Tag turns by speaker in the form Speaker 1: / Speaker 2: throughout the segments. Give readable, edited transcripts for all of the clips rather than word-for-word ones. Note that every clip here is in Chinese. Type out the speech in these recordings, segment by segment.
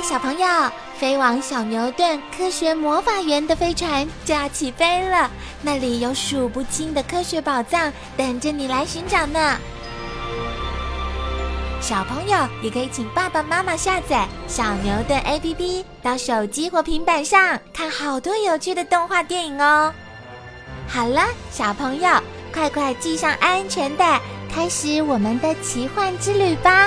Speaker 1: 小朋友，飞往小牛顿科学魔法园的飞船就要起飞了，那里有数不清的科学宝藏等着你来寻找呢。小朋友也可以请爸爸妈妈下载小牛顿 APP， 到手机或平板上看好多有趣的动画电影哦。好了，小朋友，快快系上安全带，开始我们的奇幻之旅吧。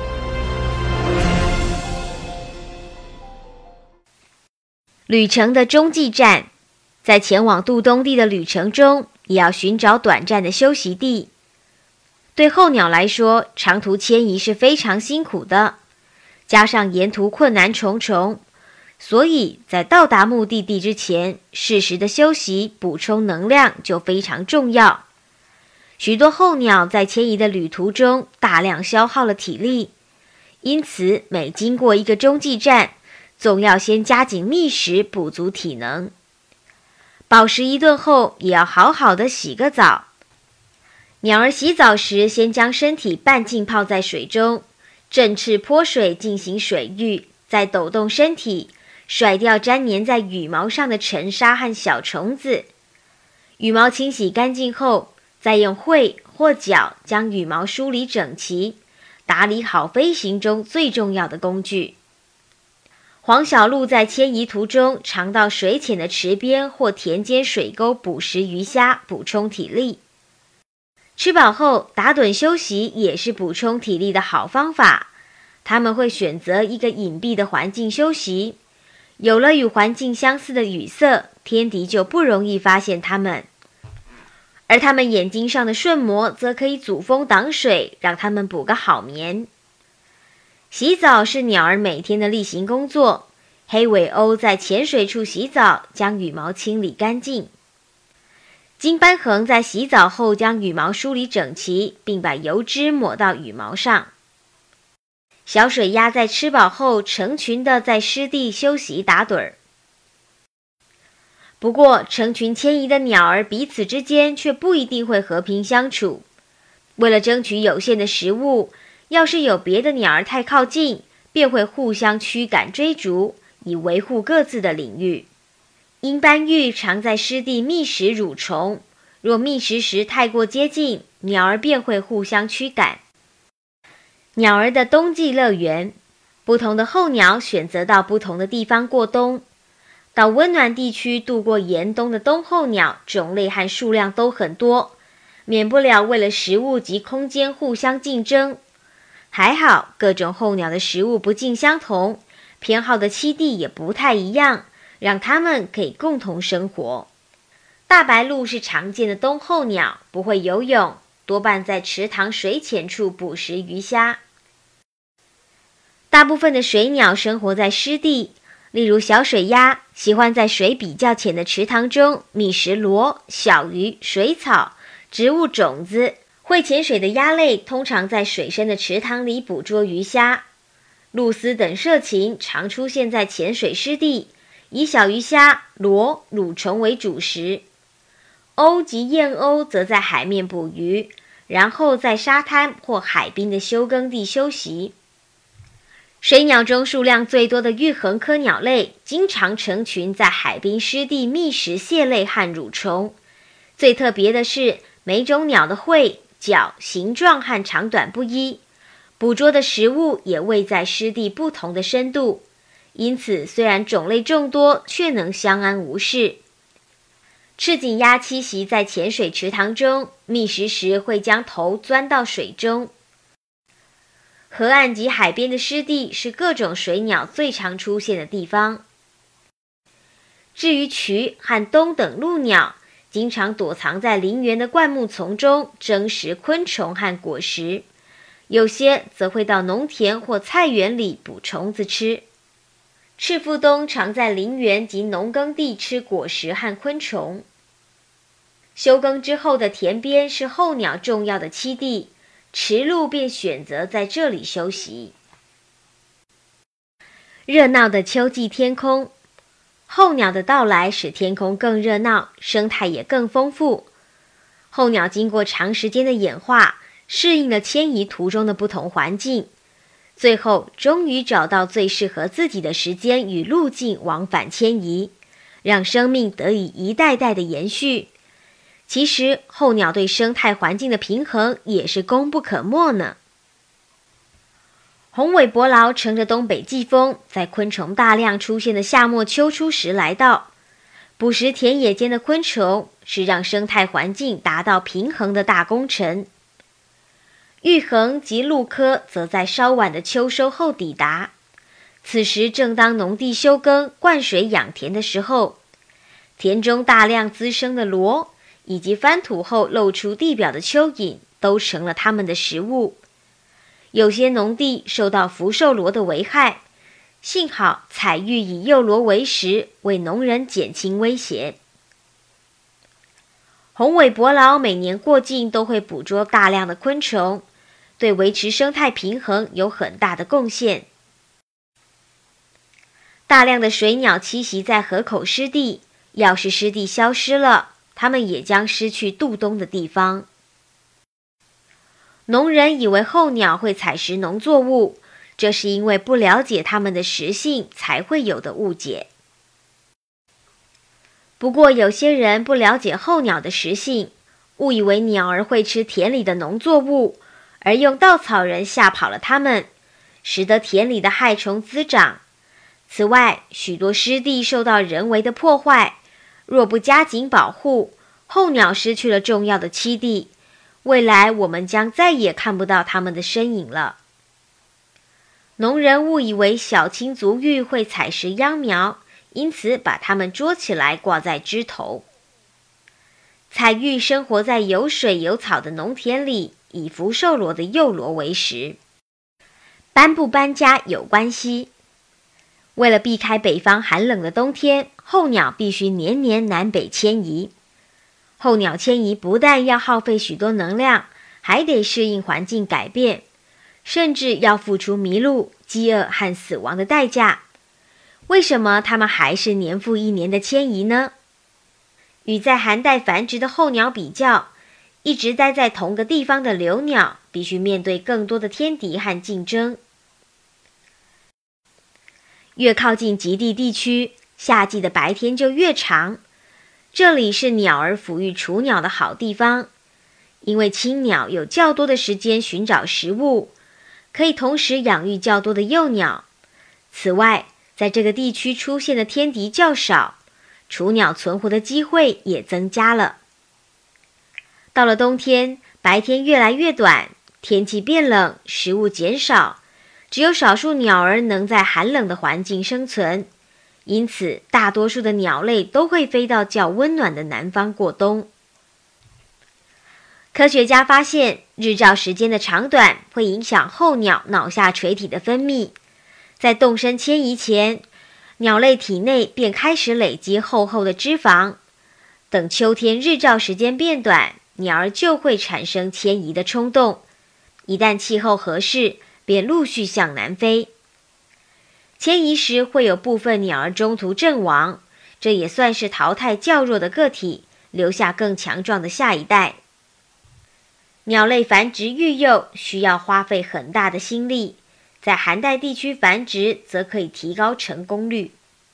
Speaker 2: 旅程的中继站，在前往杜东地的旅程中，也要寻找短暂的休息地。对候鸟来说，长途迁移是非常辛苦的，加上沿途困难重重，所以在到达目的地之前，适时的休息补充能量就非常重要。许多候鸟在迁移的旅途中大量消耗了体力，因此每经过一个中继站，总要先加紧觅食补足体能。饱食一顿后，也要好好的洗个澡。鸟儿洗澡时，先将身体半浸泡在水中，振翅泼水进行水浴，再抖动身体，甩掉粘黏在羽毛上的尘沙和小虫子。羽毛清洗干净后，再用喙或脚将羽毛梳理整齐，打理好飞行中最重要的工具。黄小鹭在迁移途中常到水浅的池边或田间水沟捕食鱼虾，补充体力。吃饱后打盹休息也是补充体力的好方法。它们会选择一个隐蔽的环境休息，有了与环境相似的羽色，天敌就不容易发现它们。而它们眼睛上的瞬膜则可以阻风挡水，让它们补个好眠。洗澡是鸟儿每天的例行工作。黑尾鸥在浅水处洗澡，将羽毛清理干净。金斑鸻在洗澡后将羽毛梳理整齐，并把油脂抹到羽毛上。小水鸭在吃饱后成群的在湿地休息打盹儿。不过，成群迁移的鸟儿彼此之间却不一定会和平相处。为了争取有限的食物，要是有别的鸟儿太靠近，便会互相驱赶追逐，以维护各自的领域。鹰斑鹬常在湿地觅食蠕虫，若觅食时太过接近，鸟儿便会互相驱赶。鸟儿的冬季乐园，不同的候鸟选择到不同的地方过冬。到温暖地区度过严冬的冬候鸟种类和数量都很多，免不了为了食物及空间互相竞争。还好，各种候鸟的食物不尽相同，偏好的栖地也不太一样，让它们可以共同生活。大白鹭是常见的冬候鸟，不会游泳，多半在池塘水浅处捕食鱼虾。大部分的水鸟生活在湿地，例如小水鸭喜欢在水比较浅的池塘中觅食螺、小鱼、水草、植物种子。会潜水的鸭类通常在水深的池塘里捕捉鱼虾。鹭鸶等社禽常出现在浅水湿地，以小鱼虾、螺、蠕虫为主食。鸥及燕鸥则在海面捕鱼，然后在沙滩或海滨的休耕地休息。水鸟中数量最多的玉衡科鸟类经常成群在海滨湿地觅食蟹类和蠕虫。最特别的是，每种鸟的喙、脚形状和长短不一，捕捉的食物也位在湿地不同的深度，因此虽然种类众多，却能相安无事。赤颈鸭栖息在浅水池塘中，觅食时会将头钻到水中。河岸及海边的湿地是各种水鸟最常出现的地方。至于渠和冬等陆鸟，经常躲藏在林园的灌木丛中争食昆虫和果实，有些则会到农田或菜园里捕虫子吃。赤腹鸫常在林园及农耕地吃果实和昆虫。休耕之后的田边是候鸟重要的栖地，池鹭便选择在这里休息。热闹的秋季天空，候鸟的到来使天空更热闹，生态也更丰富。候鸟经过长时间的演化，适应了迁移途中的不同环境， 最后终于找到最适合自己的时间与路径往返迁移，让生命得以一代代的延续。其实候鸟对生态环境的平衡也是功不可没呢。红尾伯劳乘着东北季风，在昆虫大量出现的夏末秋初时来到，捕食田野间的昆虫，是让生态环境达到平衡的大功臣。玉衡及鹭科则在稍晚的秋收后抵达，此时正当农地休耕、灌水养田的时候，田中大量滋生的螺以及翻土后露出地表的蚯蚓都成了它们的食物。有些农地受到福寿螺的危害，幸好采玉以幼螺为食，为农人减轻威胁。红尾伯劳每年过境都会捕捉大量的昆虫，对维持生态平衡有很大的贡献。大量的水鸟栖息在河口湿地，要是湿地消失了，它们也将失去渡冬的地方。农人以为候鸟会采食农作物，这是因为不了解它们的食性才会有的误解。不过有些人不了解候鸟的食性，误以为鸟儿会吃田里的农作物，而用稻草人吓跑了它们，使得田里的害虫滋长。此外，许多湿地受到人为的破坏，若不加紧保护，候鸟失去了重要的栖地，未来我们将再也看不到它们的身影了。农人误以为小青足玉会采食秧苗，因此把它们捉起来挂在枝头。彩玉生活在有水有草的农田里，以福寿螺的幼螺为食。搬不搬家有关系。为了避开北方寒冷的冬天，候鸟必须年年南北迁移。候鸟迁移不但要耗费许多能量，还得适应环境改变，甚至要付出迷路、饥饿和死亡的代价。为什么它们还是年复一年的迁移呢？与在寒带繁殖的候鸟比较，一直待在同个地方的留鸟必须面对更多的天敌和竞争。越靠近极地地区，夏季的白天就越长，这里是鸟儿抚育雏鸟的好地方，因为青鸟有较多的时间寻找食物，可以同时养育较多的幼鸟。此外，在这个地区出现的天敌较少，雏鸟存活的机会也增加了。到了冬天，白天越来越短，天气变冷，食物减少，只有少数鸟儿能在寒冷的环境生存，因此大多数的鸟类都会飞到较温暖的南方过冬。科学家发现，日照时间的长短会影响候鸟脑下垂体的分泌，在动身迁移前，鸟类体内便开始累积厚厚的脂肪，等秋天日照时间变短，鸟儿就会产生迁移的冲动，一旦气候合适，便陆续向南飞。迁移时会有部分鸟儿中途阵亡，这也算是淘汰较弱的个体，留下更强壮的下一代。鸟类繁殖育幼需要花费很大的心力，在寒带地区繁殖则可以提高成功率。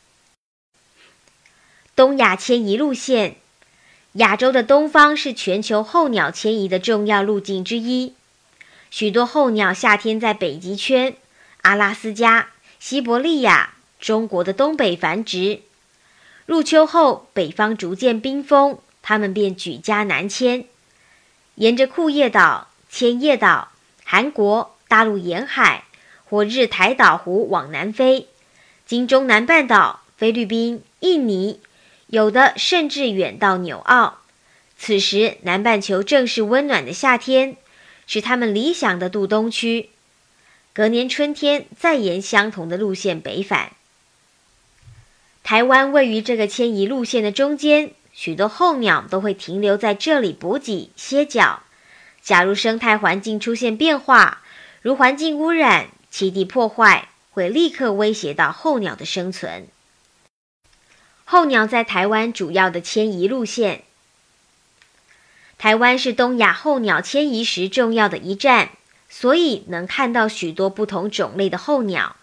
Speaker 2: 东亚迁移路线，亚洲的东方是全球候鸟迁移的重要路径之一。许多候鸟夏天在北极圈、阿拉斯加、西伯利亚、中国的东北繁殖。入秋后，北方逐渐冰封，它们便举家南迁，沿着库页岛、千叶岛、韩国、大陆沿海或日台岛湖往南飞，经中南半岛、菲律宾、印尼，有的甚至远到纽澳。此时南半球正是温暖的夏天，是他们理想的渡冬区。隔年春天再沿相同的路线北返。台湾位于这个迁移路线的中间，许多候鸟都会停留在这里补给歇脚。假如生态环境出现变化，如环境污染、栖地破坏，会立刻威胁到候鸟的生存。候鸟在台湾主要的迁移路线。台湾是东亚候鸟迁移时重要的一站， 所以能看到许多不同种类的候鸟。